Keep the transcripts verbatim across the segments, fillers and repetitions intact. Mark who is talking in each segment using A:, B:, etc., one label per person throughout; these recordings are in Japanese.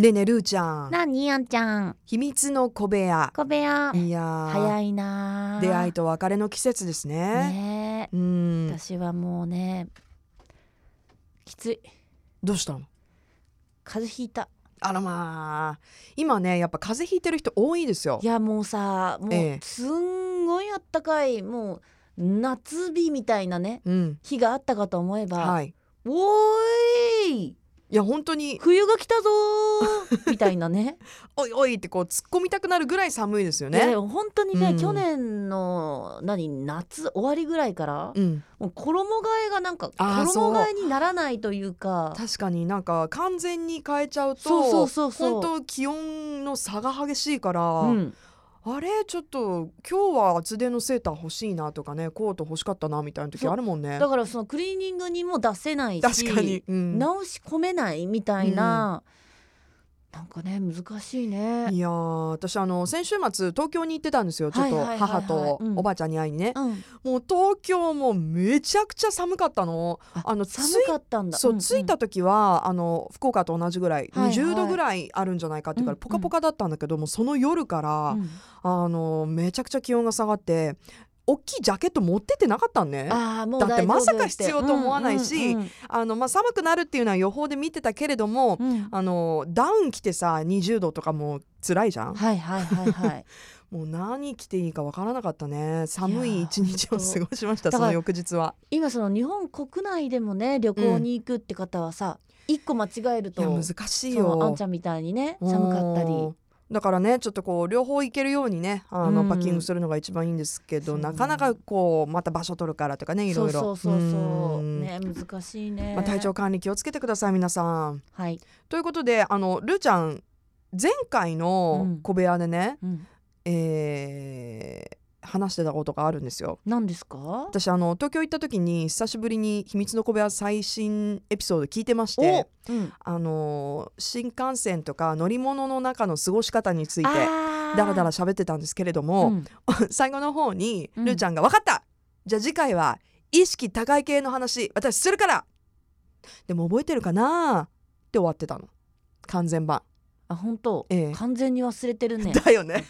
A: ねえねえルーちゃん、
B: なにあんちゃん、
A: 秘密の小部屋。
B: 小部屋、
A: いや
B: 早いな。
A: 出会いと別れの季節ですね。
B: ねえ、
A: うん。
B: 私はもうねきつい。
A: どうしたの？
B: 風邪ひいた。
A: あらまあ、今ねやっぱ風邪ひいてる人多いですよ。
B: いやもうさ、もう、
A: ええ、
B: すんごいあったかい、もう夏日みたいなね、
A: うん、
B: 日があったかと思えば、
A: はい。
B: おーい
A: いや本当に
B: 冬が来たぞーみたいなね
A: おいおいってこう突っ込みたくなるぐらい寒いですよ
B: いや
A: ね。
B: 本当にね、
A: うん、
B: 去年の何夏終わりぐらいから、
A: うん、
B: もう衣替えがなんか
A: あー
B: 衣替えにならないというか、
A: 確かになんか完全に変えちゃうと
B: そうそうそうそう、
A: 本当気温の差が激しいから、
B: うん、
A: あれちょっと今日は厚手のセーター欲しいなとかね、コート欲しかったなみたいな時あるもんね。
B: だからそのクリーニングにも出せないし、
A: 確かに、うん、
B: 直し込めないみたいな、うん、なんかね難しいね。
A: いや私あの先週末東京に行ってたんですよ。ちょっと
B: はいはいはいはい
A: 母とおばあちゃんに会いにね、
B: うん、
A: もう東京もめちゃくちゃ寒かったの。
B: あ
A: あの
B: 寒かったんだ。
A: そう、
B: うんうん、
A: 着いた時はあの福岡と同じぐらい、
B: はいはい
A: にじゅうどぐらいあるんじゃないかっていうから、
B: うんうん、
A: ポカポカだったんだけども、その夜から、
B: うん、
A: あのめちゃくちゃ気温が下がって、大きいジャケット持ってってなかったんね。
B: あもう
A: だってまさか
B: 大丈夫
A: 必要と思わないし、
B: うんうんうん、
A: あのまあ、寒くなるっていうのは予報で見てたけれども、
B: うん、
A: あのダウン着てさにじゅうどとかも辛いじゃん。
B: はいはいはいはい
A: もう何着ていいかわからなかったね。寒い一日を過ごしました。その翌日は
B: 今その日本国内でもね旅行に行くって方はさ、うん、一個間違えると
A: いや難しいよ。
B: あんちゃんみたいにね寒かったり、
A: だからねちょっとこう両方行けるようにねあの、うん、パッキングするのが一番いいんですけど、なかなかこうまた場所取るからとかね、いろいろ
B: そうそうそうそうね、難しいね、
A: まあ、体調管理気をつけてください皆さん。
B: はい。
A: ということであのルーちゃん前回の小部屋でね、うんうんえー話してたことがあるんですよ。
B: 何ですか？
A: 私あの東京行った時に久しぶりに秘密の小部屋最新エピソード聞いてまして、うん、あの新幹線とか乗り物の中の過ごし方についてだらだら喋ってたんですけれども、うん、最後の方にルーちゃんが、うん、分かった、じゃあ次回は意識高い系の話私するから、でも覚えてるかなって終わってたの、完全版。
B: あ、本当、ええ、完全に忘れてるね。
A: だよね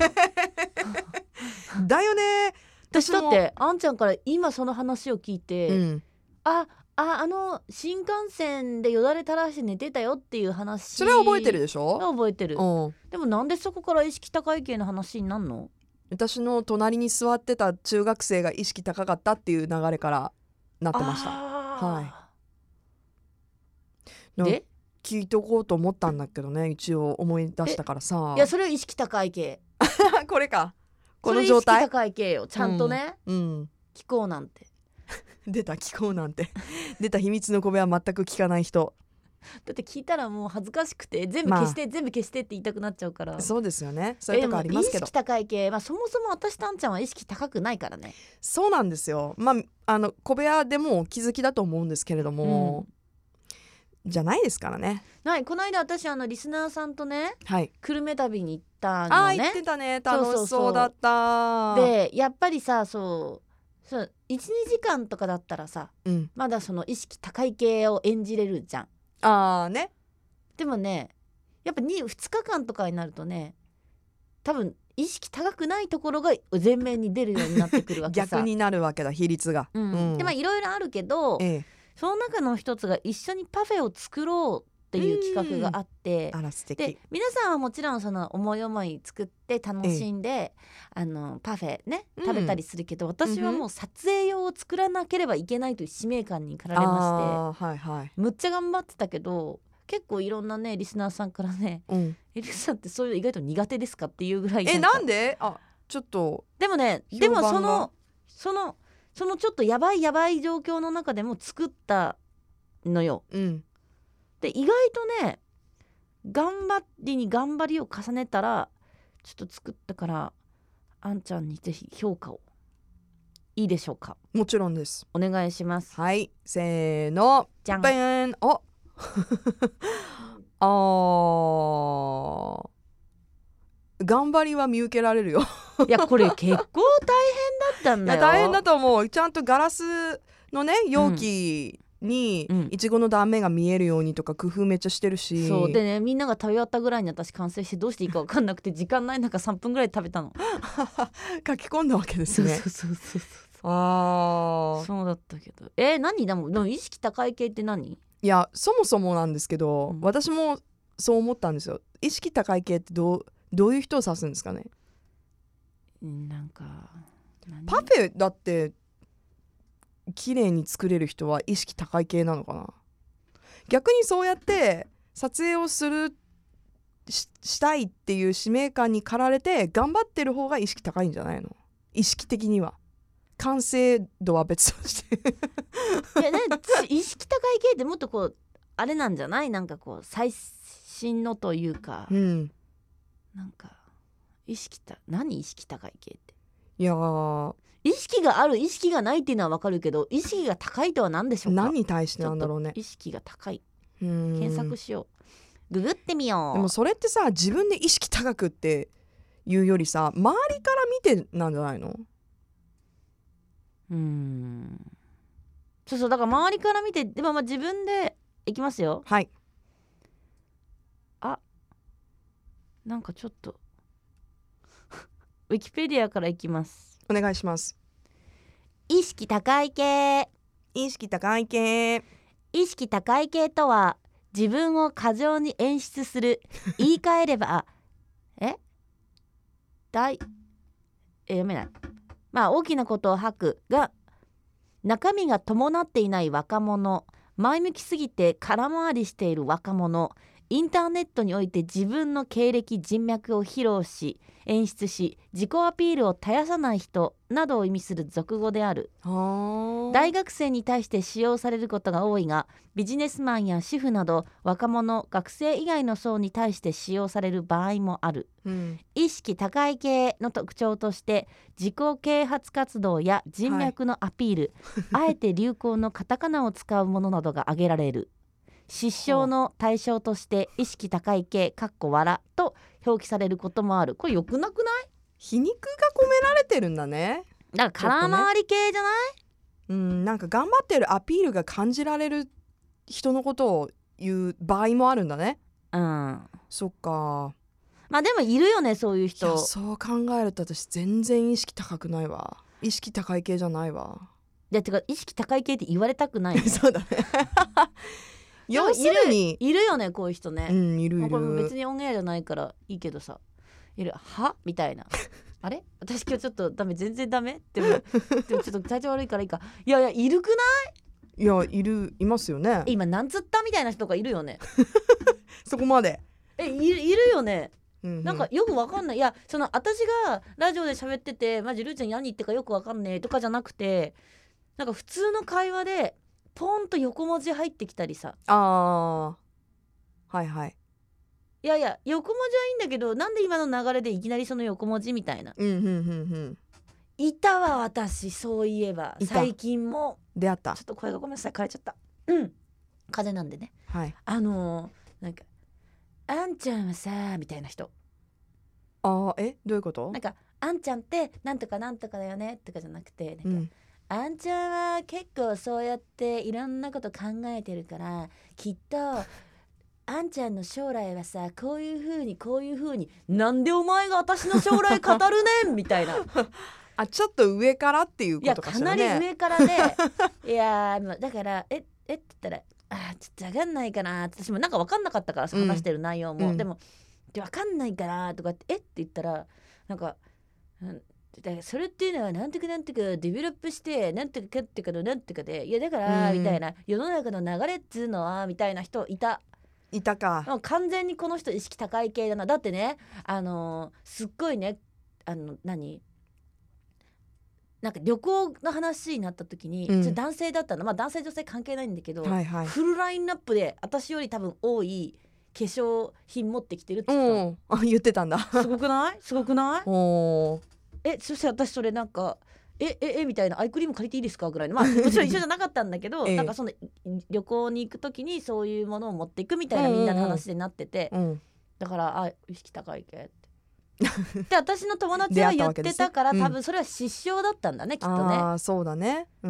A: だよね。
B: 私だってあんちゃんから今その話を聞いて、うん、あああの新幹線でよだれ垂らして寝てたよっていう話、
A: それは覚えてるでしょ。
B: 覚えてる、
A: うん、
B: でもなんでそこから意識高い系の話になんの？
A: 私の隣に座ってた中学生が意識高かったっていう流れからなってました。はい。で聞いておこうと思ったんだけどね、一応思い出したからさ。
B: いやそれは意識高い系
A: これか、この状態、
B: それ意識高い系よ、ちゃんとね、うんうん、聞こうなんて
A: 出た聞こうなんて出た秘密の小部屋全く聞かない人
B: だって聞いたらもう恥ずかしくて全部消して、まあ、全部消してって言いたくなっちゃうから。
A: そうですよね、そういうとこありますけど、
B: 意識高い系、まあ、そもそも私とあんちゃんは意識高くないからね。
A: そうなんですよ。まああの小部屋でもお気づきだと思うんですけれども、うん、じゃないですからね。
B: ない、この間私あのリスナーさんとね、はい、久留米旅に行ったのね。
A: あ、行ってたね、楽しそうだった。
B: そうそうそうでやっぱりさ、そうそう いちにじかんとかだったらさ、うん、まだその意識高い系を演じれるじゃん。
A: あーね。
B: でもねやっぱにふつかかんとかになるとね、多分意識高くないところが前面に出るようになってくるわけさ
A: 逆になるわけだ、比率が、
B: うんうん、でまあいろいろあるけど、ええ、その中の一つが一緒にパフェを作ろうっていう企画があって、
A: あら素敵。
B: で皆さんはもちろんその思い思い作って楽しんで、ええ、あのパフェね食べたりするけど、うん、私はもう撮影用を作らなければいけないという使命感に駆られまして、はいはい、むっちゃ頑張ってたけど結構いろんなねリスナーさんからね、うん、エリスさんってそういう意外と苦手ですかっていうぐらいなんか、
A: えなんであちょっと
B: でもねでもそのそのそのちょっとやばいやばい状況の中でも作ったのよ、うん、で意外とね頑張りに頑張りを重ねたらちょっと作ったから、あんちゃんにぜひ評価をいいでしょうか。
A: もちろんです、
B: お願いします。
A: はい、せーの、
B: じゃん。
A: ベン、おあー頑張りは見受けられるよ
B: いやこれ結構大変だったんだよ。
A: いや大変だと思う。ちゃんとガラスのね容器にいちごの断面が見えるようにとか工夫めっちゃしてるし、
B: そうでね、みんなが食べ終わったぐらいに私完成してどうしていいか分かんなくて時間ない中さんぷんぐらいで食べたの
A: 書き込んだわけですね。
B: そうそうそうそう
A: あー、
B: そうだったけど、えー、何でもでも意識高い系って何？
A: いやそもそもなんですけど、
B: うん、
A: 私もそう思ったんですよ。意識高い系ってどう、どういう人を指すんですかね。
B: なんか
A: パフェだって綺麗に作れる人は意識高い系なのかな。逆にそうやって撮影をする し, したいっていう使命感に駆られて頑張ってる方が意識高いんじゃないの？意識的には。完成度は別として
B: いや、ね、意識高い系ってもっとこうあれなんじゃない？なんかこう最新のというか、
A: うん、
B: なんか意識た何意識高い系って。
A: いやー、
B: 意識がある意識がないっていうのは分かるけど、意識が高いとは何でしょうか？
A: 何に対してなんだろうね。
B: 意識が高い、
A: うん、
B: 検索しよう、ググってみよう。
A: でもそれってさ、自分で意識高くっていうよりさ、周りから見てなんじゃないの？
B: うーん、そうそう、だから周りから見て、でもまあ自分でいきますよ。
A: はい。
B: あ、なんかちょっとウィキペディアからいきます。
A: お願いします。
B: 意識高い系。
A: 意識高い系。
B: 意識高い系とは、自分を過剰に演出する言い換えればえ大え読めない、まあ大きなことを吐くが中身が伴っていない若者、前向きすぎて空回りしている若者、インターネットにおいて自分の経歴人脈を披露し演出し自己アピールを絶やさない人などを意味する俗語である。大学生に対して使用されることが多いが、ビジネスマンや主婦など若者学生以外の層に対して使用される場合もある、うん、意識高い系の特徴として自己啓発活動や人脈のアピール、はい、あえて流行のカタカナを使うものなどが挙げられる。失笑の対象として意識高い系かっこ笑と表記されることもある。これよくなくない？
A: 皮肉が込められてるんだね。
B: だから空回り系じゃない？
A: うん、なんか頑張ってるアピールが感じられる人のことを言う場合もあるんだね。
B: うん、
A: そっか。
B: まあでもいるよね、そういう人。
A: いや、そう考えると私全然意識高くないわ。意識高い系じゃないわ。
B: いや、てか意識高い系って言われたくない、ね、
A: そうだね要するに
B: いるよね、こういう人ね。
A: うん、いるいる。
B: これ別にオンエアじゃないからいいけどさ、いる。はみたいなあれ私今日ちょっとダメ、全然ダメでもでもちょっと体調悪いからいいか。いやいや、いるくない？
A: いや、いる、いますよね。
B: 今なんつったみたいな人がいるよね
A: そこまで
B: え い, いるよね、
A: うんうん、
B: なんかよくわかんない。いや、その私がラジオで喋っててマジルーちゃん何言ってかよくわかんねえとかじゃなくて、なんか普通の会話でポンと横文字入ってきたりさ。
A: あー、はいはい。
B: いやいや、横文字はいいんだけど、なんで今の流れでいきなりその横文字みたいな。
A: うんうんうんうん。
B: いたわ、私。そういえば最近も
A: 出会った。
B: ちょっと声がごめんなさい、枯れちゃった。うん風邪なんでね。
A: はい。
B: あのー、なんかあんちゃんはさみたいな人。
A: あー、えどういうこと？
B: なんかあんちゃんってなんとかなんとかだよねとかじゃなくて、なんか、うん、あんちゃんは結構そうやっていろんなこと考えてるから、きっとあんちゃんの将来はさこういう風にこういう風に、なんでお前が私の将来語るねんみたいな
A: あ、ちょっと上からっていうことかしらね。
B: いや、かなり上からでいやだからええって言ったら、あちょっと分かんないかな、私もなんか分かんなかったからさ、話してる内容も、うん、でも分かんないかなとかってえって言ったら、なんか、うん、だからそれっていうのはなんてかなんてかデベロップしてなんてかかってかのなんてかで、いやだから、うん、みたいな、世の中の流れっつうのはみたいな人いた
A: いたか。
B: もう完全にこの人意識高い系だな。だってね、あのー、すっごいね、あの何なんか旅行の話になった時に、うん、男性だったの、まあ男性女性関係ないんだけど、はいはい、フルラインナップで私より多分多い化粧品持ってきてるって言って
A: た。あ、言ってたんだ。
B: すごくないすごくないおえそして私それなんかえええみたいな、アイクリーム借りていいですかぐらいの、まあもちろん一緒じゃなかったんだけど、ええ、なんかその旅行に行く時にそういうものを持っていくみたいなみんなの話になってて、うんうん、だからあ意識高い系ってで私の友達は言ってたから、多分それは失笑だったんだね、きっとね。
A: あそうだね、うん、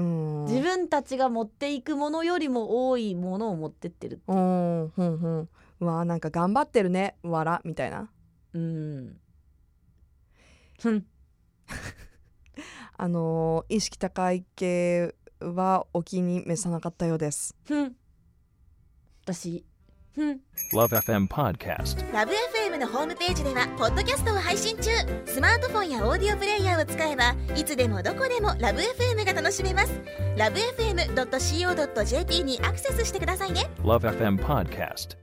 B: 自分たちが持っていくものよりも多いものを持ってってるっていう。
A: うんふんふん、うわなんか頑張ってるねわらみたいな。
B: うんふん
A: あのー、意識高い系はお気に召さなかったようです。
B: ふん私ふん
C: Love エフエム Podcast。
D: ラブ エフエム のホームページではポッドキャストを配信中。スマートフォンやオーディオプレイヤーを使えばいつでもどこでもラブ エフエム が楽しめます。ラブ エフエムドットシーオードットジェーピー にアクセスしてくださいね。
C: Love エフエム Podcast。